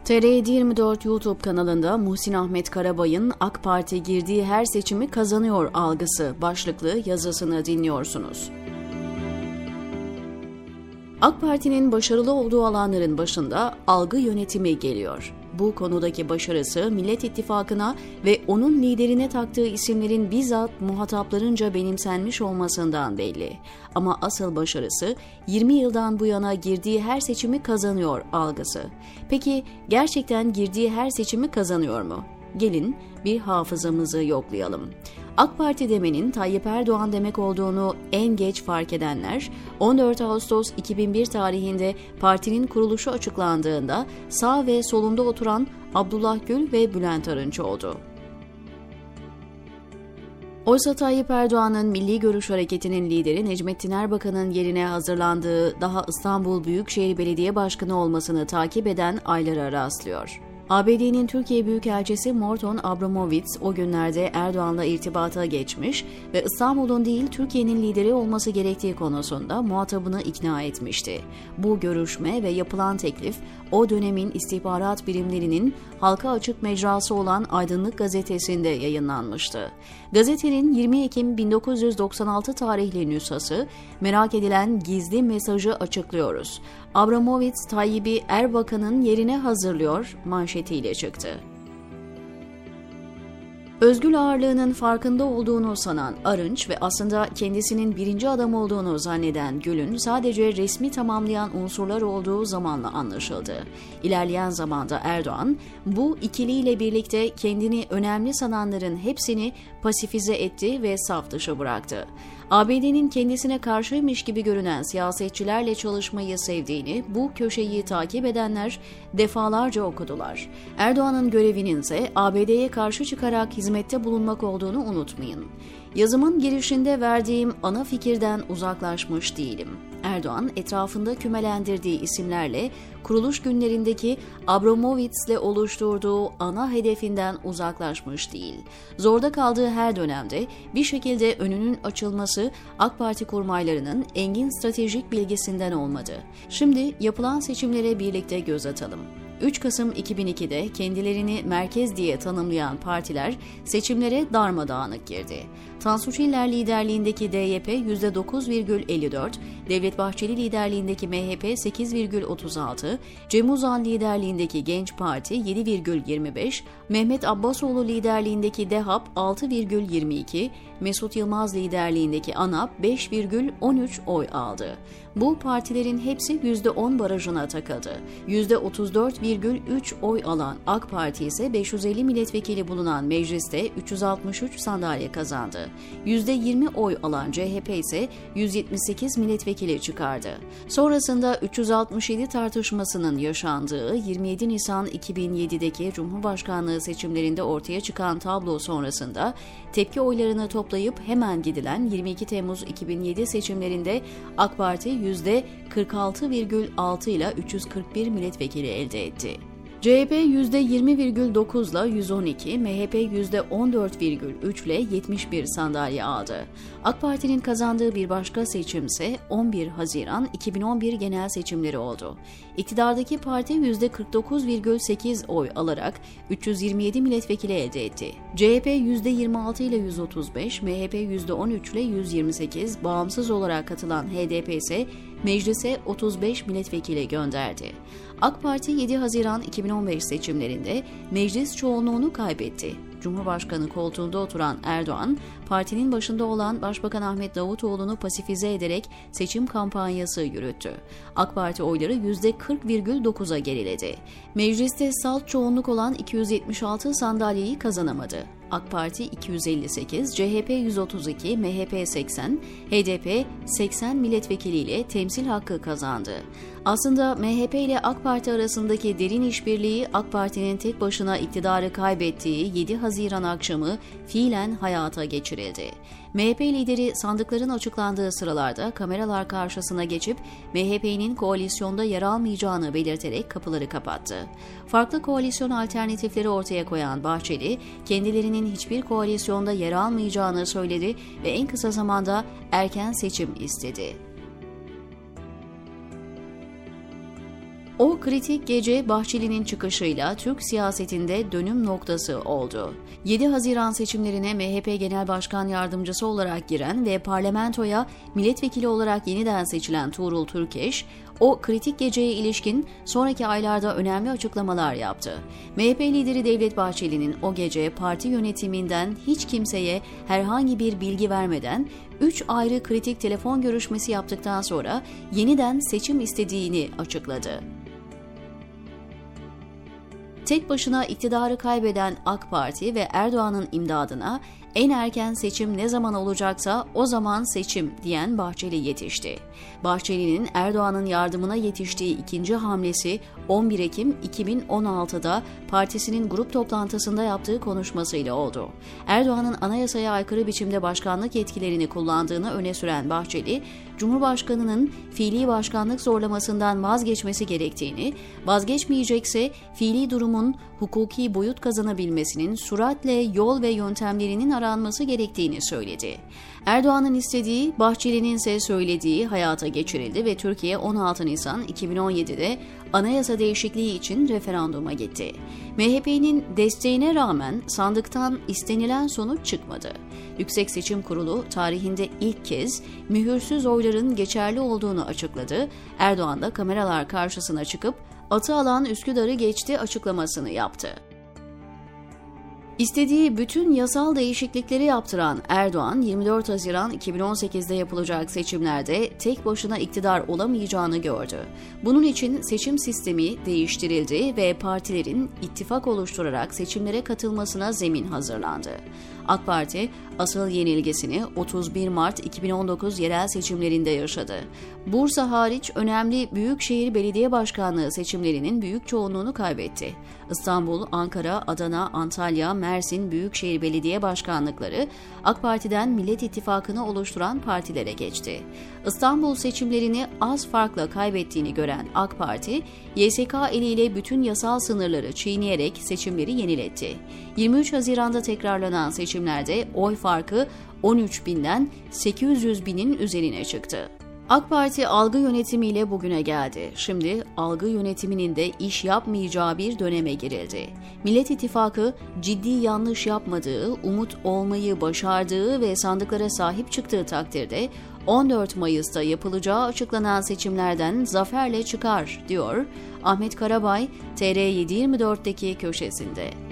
TR724 YouTube kanalında Muhsin Ahmet Karabay'ın AK Parti girdiği her seçimi kazanıyor algısı başlıklı yazısını dinliyorsunuz. AK Parti'nin başarılı olduğu alanların başında algı yönetimi geliyor. Bu konudaki başarısı Millet İttifakı'na ve onun liderine taktığı isimlerin bizzat muhataplarınca benimsenmiş olmasından belli. Ama asıl başarısı 20 yıldan bu yana girdiği her seçimi kazanıyor algısı. Peki gerçekten girdiği her seçimi kazanıyor mu? Gelin bir hafızamızı yoklayalım. AK Parti demenin Tayyip Erdoğan demek olduğunu en geç fark edenler, 14 Ağustos 2001 tarihinde partinin kuruluşu açıklandığında sağ ve solunda oturan Abdullah Gül ve Bülent Arınç oldu. Oysa Tayyip Erdoğan'ın Milli Görüş Hareketi'nin lideri Necmettin Erbakan'ın yerine hazırlandığı daha İstanbul Büyükşehir Belediye Başkanı olmasını takip eden aylara rastlıyor. ABD'nin Türkiye Büyükelçisi Morton Abramovitz o günlerde Erdoğan'la irtibata geçmiş ve İstanbul'un değil Türkiye'nin lideri olması gerektiği konusunda muhatabını ikna etmişti. Bu görüşme ve yapılan teklif o dönemin istihbarat birimlerinin halka açık mecrası olan Aydınlık Gazetesi'nde yayınlanmıştı. Gazetenin 20 Ekim 1996 tarihli nüshası merak edilen gizli mesajı açıklıyoruz. Abramovitz Tayyip'i Erbakan'ın yerine hazırlıyor manşetiyle çıktı. Özgül ağırlığının farkında olduğunu sanan Arınç ve aslında kendisinin birinci adam olduğunu zanneden Gül'ün sadece resmi tamamlayan unsurlar olduğu zamanla anlaşıldı. İlerleyen zamanda Erdoğan bu ikiliyle birlikte kendini önemli sananların hepsini pasifize etti ve saf dışı bıraktı. ABD'nin kendisine karşıymış gibi görünen siyasetçilerle çalışmayı sevdiğini bu köşeyi takip edenler defalarca okudular. Erdoğan'ın görevinin ise ABD'ye karşı çıkarak hizmette bulunmak olduğunu unutmayın. Yazımın girişinde verdiğim ana fikirden uzaklaşmış değilim. Erdoğan etrafında kümelendirdiği isimlerle kuruluş günlerindeki Abramovitz'le oluşturduğu ana hedefinden uzaklaşmış değil. Zorda kaldığı her dönemde bir şekilde önünün açılması AK Parti kurmaylarının engin stratejik bilgisinden olmadı. Şimdi yapılan seçimlere birlikte göz atalım. 3 Kasım 2002'de kendilerini merkez diye tanımlayan partiler seçimlere darmadağınık girdi. Tansu Çiller liderliğindeki DYP %9,54, Devlet Bahçeli liderliğindeki MHP 8,36, Cem Uzan liderliğindeki Genç Parti 7,25, Mehmet Abbasoğlu liderliğindeki DEHAP 6,22, Mesut Yılmaz liderliğindeki ANAP 5,13 oy aldı. Bu partilerin hepsi %10 barajına takıldı. %34,3 oy alan AK Parti ise 550 milletvekili bulunan mecliste 363 sandalye kazandı. %20 oy alan CHP ise 178 milletvekili çıkardı. Sonrasında 367 tartışmasının yaşandığı 27 Nisan 2007'deki Cumhurbaşkanlığı seçimlerinde ortaya çıkan tablo sonrasında tepki oylarını toplayıp hemen gidilen 22 Temmuz 2007 seçimlerinde AK Parti %46,6 ile 341 milletvekili elde etti. CHP %20,9 ile 112, MHP %14,3 ile 71 sandalye aldı. AK Parti'nin kazandığı bir başka seçim ise 11 Haziran 2011 genel seçimleri oldu. İktidardaki parti %49,8 oy alarak 327 milletvekili elde etti. CHP %26 ile 135, MHP %13 ile 128, bağımsız olarak katılan HDP ise meclise 35 milletvekili gönderdi. AK Parti 7 Haziran 2015 seçimlerinde meclis çoğunluğunu kaybetti. Cumhurbaşkanı koltuğunda oturan Erdoğan, partinin başında olan Başbakan Ahmet Davutoğlu'nu pasifize ederek seçim kampanyası yürüttü. AK Parti oyları %40,9'a geriledi. Mecliste salt çoğunluk olan 276 sandalyeyi kazanamadı. AK Parti 258, CHP 132, MHP 80, HDP 80 milletvekiliyle temsil hakkı kazandı. Aslında MHP ile AK Parti arasındaki derin işbirliği AK Parti'nin tek başına iktidarı kaybettiği 7 Haziran akşamı fiilen hayata geçirildi. MHP lideri sandıkların açıklandığı sıralarda kameralar karşısına geçip MHP'nin koalisyonda yer almayacağını belirterek kapıları kapattı. Farklı koalisyon alternatifleri ortaya koyan Bahçeli, kendilerinin hiçbir koalisyonda yer almayacağını söyledi ve en kısa zamanda erken seçim istedi. O kritik gece Bahçeli'nin çıkışıyla Türk siyasetinde dönüm noktası oldu. 7 Haziran seçimlerine MHP Genel Başkan Yardımcısı olarak giren ve parlamentoya milletvekili olarak yeniden seçilen Tuğrul Türkeş, o kritik geceye ilişkin sonraki aylarda önemli açıklamalar yaptı. MHP lideri Devlet Bahçeli'nin o gece parti yönetiminden hiç kimseye herhangi bir bilgi vermeden 3 ayrı kritik telefon görüşmesi yaptıktan sonra yeniden seçim istediğini açıkladı. Tek başına iktidarı kaybeden AK Parti ve Erdoğan'ın imdadına en erken seçim ne zaman olacaksa o zaman seçim diyen Bahçeli yetişti. Bahçeli'nin Erdoğan'ın yardımına yetiştiği ikinci hamlesi 11 Ekim 2016'da partisinin grup toplantısında yaptığı konuşmasıyla oldu. Erdoğan'ın anayasaya aykırı biçimde başkanlık yetkilerini kullandığını öne süren Bahçeli, Cumhurbaşkanı'nın fiili başkanlık zorlamasından vazgeçmesi gerektiğini, vazgeçmeyecekse fiili durumun hukuki boyut kazanabilmesinin süratle yol ve yöntemlerinin aranması gerektiğini söyledi. Erdoğan'ın istediği, Bahçeli'nin ise söylediği hayata geçirildi ve Türkiye 16 Nisan 2017'de anayasa değişikliği için referanduma gitti. MHP'nin desteğine rağmen sandıktan istenilen sonuç çıkmadı. Yüksek Seçim Kurulu tarihinde ilk kez mühürsüz oyların geçerli olduğunu açıkladı. Erdoğan da kameralar karşısına çıkıp atı alan Üsküdar'ı geçti açıklamasını yaptı. İstediği bütün yasal değişiklikleri yaptıran Erdoğan, 24 Haziran 2018'de yapılacak seçimlerde tek başına iktidar olamayacağını gördü. Bunun için seçim sistemi değiştirildi ve partilerin ittifak oluşturarak seçimlere katılmasına zemin hazırlandı. AK Parti, asıl yenilgisini 31 Mart 2019 yerel seçimlerinde yaşadı. Bursa hariç önemli büyükşehir belediye başkanlığı seçimlerinin büyük çoğunluğunu kaybetti. İstanbul, Ankara, Adana, Antalya, Mersin büyükşehir belediye başkanlıkları AK Parti'den Millet İttifakı'nı oluşturan partilere geçti. İstanbul seçimlerini az farkla kaybettiğini gören AK Parti, YSK eliyle bütün yasal sınırları çiğneyerek seçimleri yeniletti. 23 Haziran'da tekrarlanan seçimlerde oy farkı 13 binden 800 binin üzerine çıktı. AK Parti algı yönetimiyle bugüne geldi. Şimdi algı yönetiminin de iş yapmayacağı bir döneme girildi. Millet İttifakı ciddi yanlış yapmadığı, umut olmayı başardığı ve sandıklara sahip çıktığı takdirde 14 Mayıs'ta yapılacağı açıklanan seçimlerden zaferle çıkar, diyor Ahmet Karabay, TR724'deki köşesinde.